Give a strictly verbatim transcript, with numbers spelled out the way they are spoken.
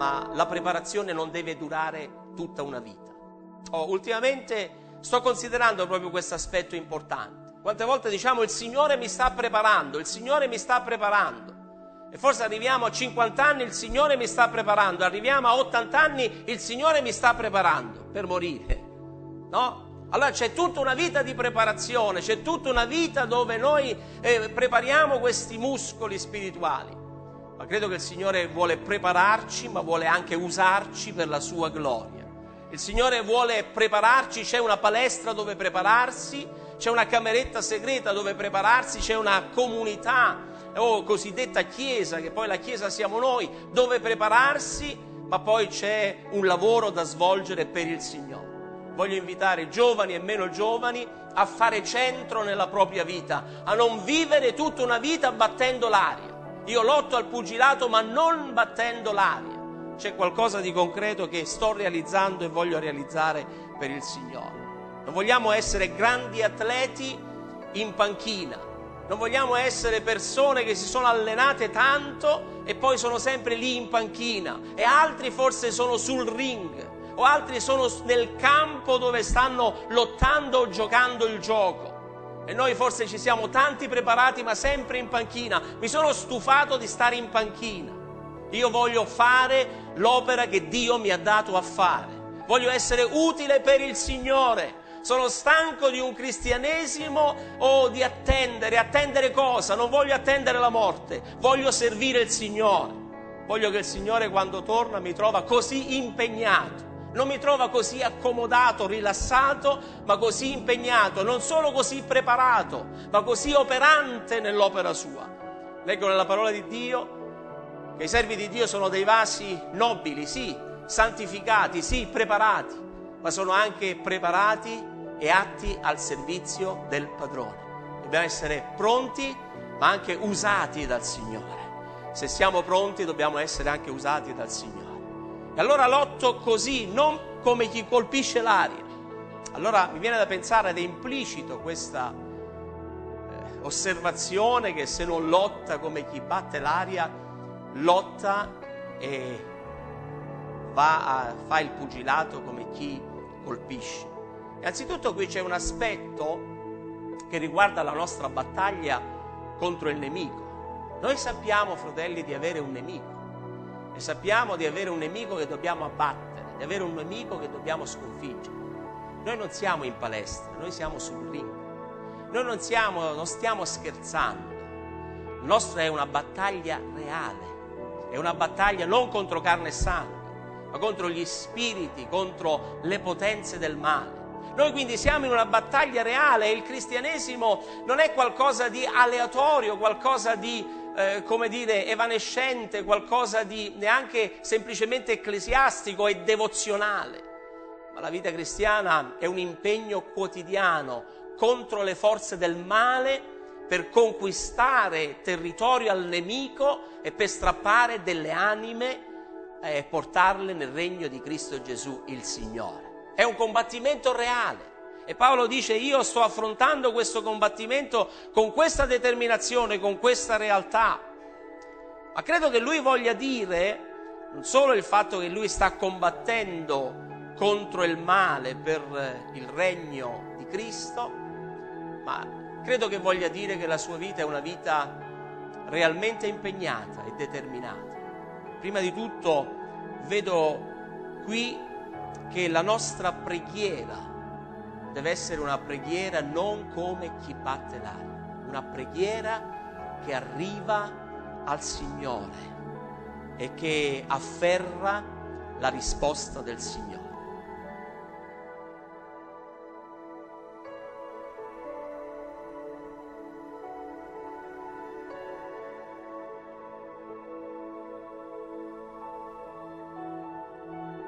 ma la preparazione non deve durare tutta una vita. Oh, ultimamente sto considerando proprio questo aspetto importante. Quante volte diciamo il Signore mi sta preparando, il Signore mi sta preparando. E forse arriviamo a cinquanta anni, il Signore mi sta preparando, arriviamo a ottanta anni, il Signore mi sta preparando per morire, no? Allora c'è tutta una vita di preparazione, c'è tutta una vita dove noi eh, prepariamo questi muscoli spirituali. Ma credo che il Signore vuole prepararci, ma vuole anche usarci per la sua gloria. Il Signore vuole prepararci, c'è una palestra dove prepararsi, c'è una cameretta segreta dove prepararsi, c'è una comunità o cosiddetta chiesa, che poi la chiesa siamo noi, dove prepararsi, ma poi c'è un lavoro da svolgere per il Signore. Voglio invitare giovani e meno giovani a fare centro nella propria vita, a non vivere tutta una vita battendo l'aria. Io lotto al pugilato ma non battendo l'aria. C'è qualcosa di concreto che sto realizzando e voglio realizzare per il Signore. Non vogliamo essere grandi atleti in panchina. Non vogliamo essere persone che si sono allenate tanto e poi sono sempre lì in panchina, e altri forse sono sul ring, o altri sono nel campo dove stanno lottando o giocando il gioco. E noi forse ci siamo tanti preparati ma sempre in panchina. Mi sono stufato di stare in panchina. Io voglio fare l'opera che Dio mi ha dato a fare. Voglio essere utile per il Signore. Sono stanco di un cristianesimo o di attendere. Attendere cosa? Non voglio attendere la morte, voglio servire il Signore. Voglio che il Signore quando torna mi trova così impegnato. Non mi trova così accomodato, rilassato, ma così impegnato, non solo così preparato, ma così operante nell'opera sua. Leggo nella parola di Dio che i servi di Dio sono dei vasi nobili, sì, santificati, sì, preparati, ma sono anche preparati e atti al servizio del padrone. Dobbiamo essere pronti, ma anche usati dal Signore. Se siamo pronti, dobbiamo essere anche usati dal Signore. E allora lotto così, non come chi colpisce l'aria. Allora mi viene da pensare, ed è implicito questa eh, osservazione, che se non lotta come chi batte l'aria, lotta e va a fa il pugilato come chi colpisce. Innanzitutto qui c'è un aspetto che riguarda la nostra battaglia contro il nemico. Noi sappiamo, fratelli, di avere un nemico e sappiamo di avere un nemico che dobbiamo abbattere, di avere un nemico che dobbiamo sconfiggere. Noi non siamo in palestra, noi siamo sul ring. Noi non siamo, non stiamo scherzando. La nostra è una battaglia reale, è una battaglia non contro carne e sangue, ma contro gli spiriti, contro le potenze del male. Noi quindi siamo in una battaglia reale, e il cristianesimo non è qualcosa di aleatorio, qualcosa di, eh, come dire, evanescente, qualcosa di neanche semplicemente ecclesiastico e devozionale. Ma la vita cristiana è un impegno quotidiano contro le forze del male per conquistare territorio al nemico e per strappare delle anime e portarle nel regno di Cristo Gesù il Signore. È un combattimento reale e Paolo dice: io sto affrontando questo combattimento con questa determinazione, con questa realtà. Ma credo che lui voglia dire non solo il fatto che lui sta combattendo contro il male per il regno di Cristo, ma credo che voglia dire che la sua vita è una vita realmente impegnata e determinata. Prima di tutto vedo qui che la nostra preghiera deve essere una preghiera non come chi batte l'aria, una preghiera che arriva al Signore e che afferra la risposta del Signore.